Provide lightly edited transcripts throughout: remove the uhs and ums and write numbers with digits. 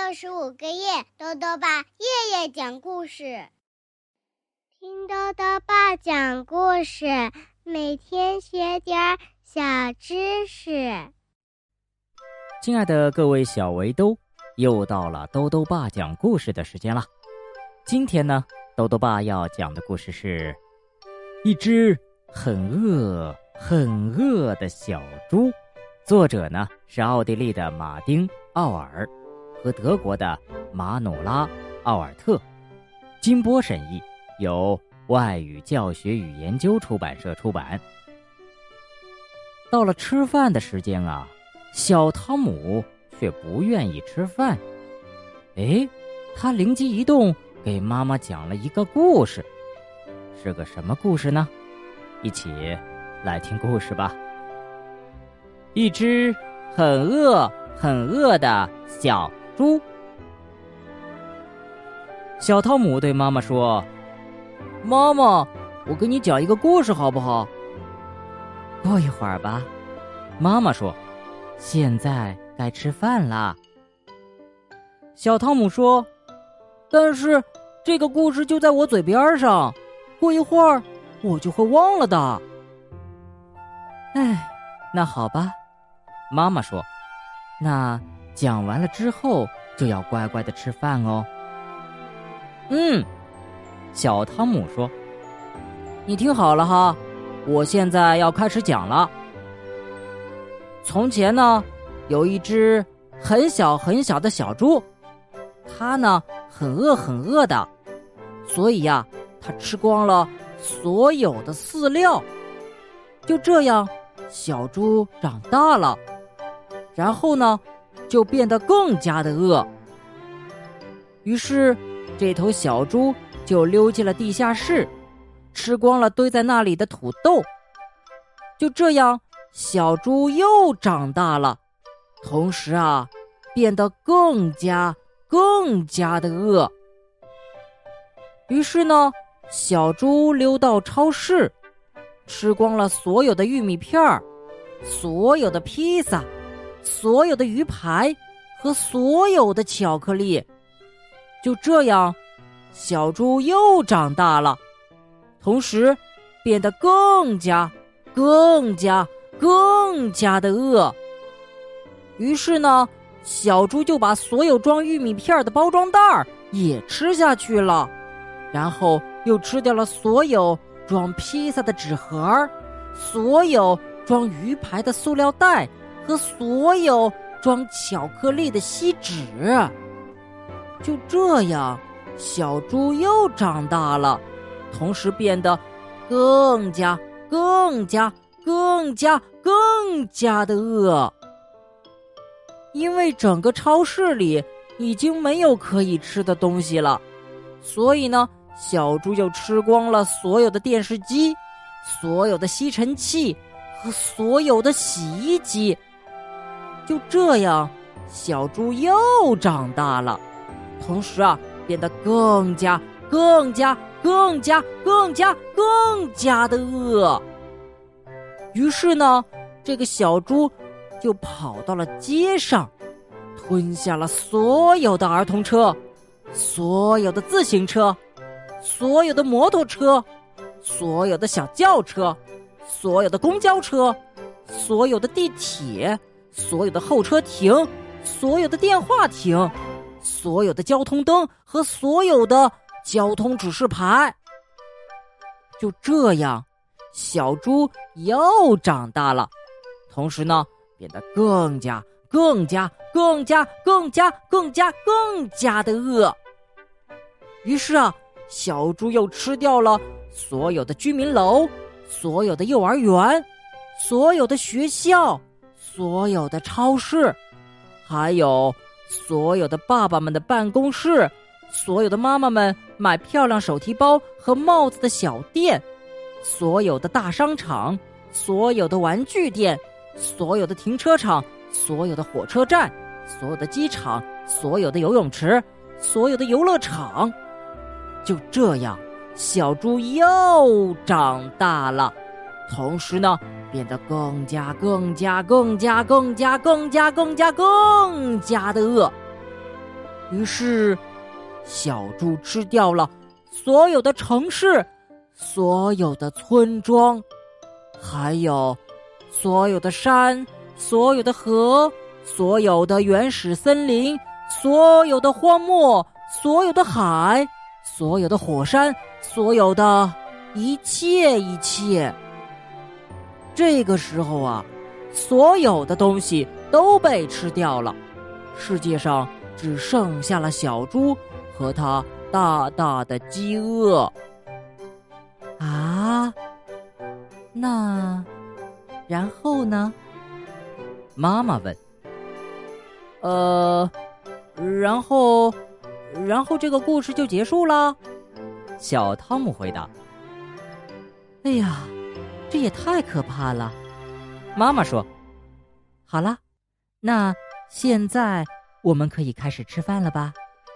365个夜，豆豆爸夜夜讲故事。听豆豆爸讲故事，每天学点小知识。 亲爱的各位小围兜，又到了豆豆爸讲故事的时间了。今天呢，豆豆爸要讲的故事是一只很饿的小猪。作者呢是奥地利的马丁·奥尔和德国的马努拉·奥尔特，金波审译，由外语教学与研究出版社出版。到了吃饭的时间啊，小汤姆却不愿意吃饭。他灵机一动，给妈妈讲了一个故事。是个什么故事呢？一起来听故事吧。一只很饿的小猪。小汤姆对妈妈说：妈妈，我给你讲一个故事好不好？过一会儿吧。妈妈说，现在该吃饭啦。小汤姆说，但是这个故事就在我嘴边上，过一会儿我就会忘了的。那好吧。妈妈说，那讲完了之后就要乖乖的吃饭哦。小汤姆说，你听好了哈，我现在要开始讲了。从前呢，有一只很小的小猪，它呢很饿的，所以呀，它吃光了所有的饲料。就这样，小猪长大了，然后呢就变得更加的饿。于是这头小猪就溜进了地下室，吃光了堆在那里的土豆。就这样，小猪又长大了，同时啊变得更加的饿。于是呢，小猪溜到超市，吃光了所有的玉米片儿，所有的披萨，所有的鱼排和所有的巧克力。就这样，小猪又长大了，同时变得更加的饿。于是呢，小猪就把所有装玉米片的包装袋也吃下去了，然后又吃掉了所有装披萨的纸盒，所有装鱼排的塑料袋和所有装巧克力的锡纸。就这样，小猪又长大了，同时变得更加的饿。因为整个超市里已经没有可以吃的东西了，所以呢，小猪就吃光了所有的电视机，所有的吸尘器和所有的洗衣机。就这样，小猪又长大了，同时啊变得更加的饿。于是呢，这个小猪就跑到了街上，吞下了所有的儿童车，所有的自行车，所有的摩托车，所有的小轿车，所有的公交车，所有的地铁，所有的候车亭，所有的电话亭，所有的交通灯和所有的交通指示牌。就这样，小猪又长大了，同时呢变得更加的饿。于是啊，小猪又吃掉了所有的居民楼，所有的幼儿园，所有的学校，所有的超市，还有所有的爸爸们的办公室，所有的妈妈们买漂亮手提包和帽子的小店，所有的大商场，所有的玩具店，所有的停车场，所有的火车站，所有的机场，所有的游泳池，所有的游乐场。就这样，小猪又长大了，同时呢变得更加的饿。 于是，小猪吃掉了所有的城市，所有的村庄，还有所有的山，所有的河，所有的原始森林，所有的荒漠，所有的海，所有的火山，所有的一切。这个时候啊，所有的东西都被吃掉了，世界上只剩下了小猪和它大大的饥饿。啊，那然后呢？妈妈问。然后这个故事就结束了？小汤姆回答。哎呀，这也太可怕了。妈妈说。好了，那现在我们可以开始吃饭了吧？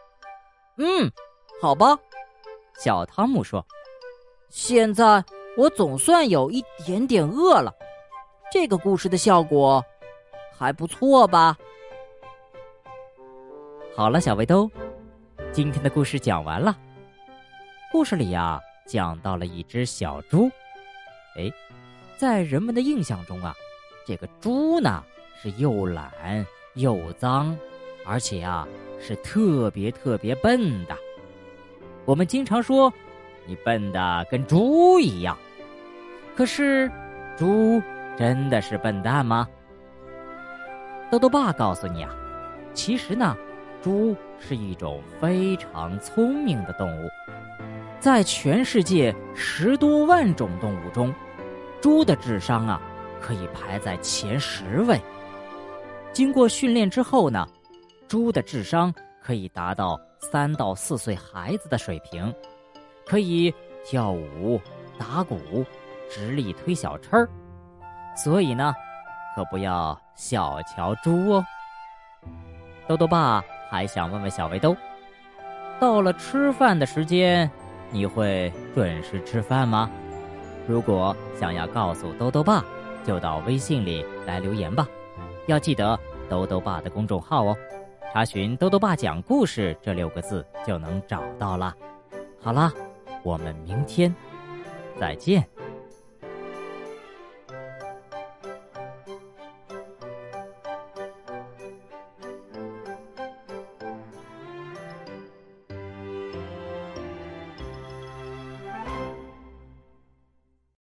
好吧，小汤姆说。现在我总算有一点点饿了，这个故事的效果还不错吧？好了，小围兜，今天的故事讲完了。故事里呀，讲到了一只小猪。在人们的印象中啊，这个猪呢是又懒又脏，而且啊是特别笨的。我们经常说你笨得跟猪一样，可是猪真的是笨蛋吗？豆豆爸告诉你啊，其实呢，猪是一种非常聪明的动物。在全世界10多万种动物中，猪的智商啊可以排在前10位。经过训练之后呢，猪的智商可以达到3到4岁孩子的水平，可以跳舞、打鼓、直立推小车，所以呢，可不要小瞧猪哦。豆豆爸还想问问小围兜，到了吃饭的时间，你会准时吃饭吗？如果想要告诉豆豆爸，就到微信里来留言吧。要记得豆豆爸的公众号哦，查询豆豆爸讲故事这6个字就能找到了。好啦，我们明天再见。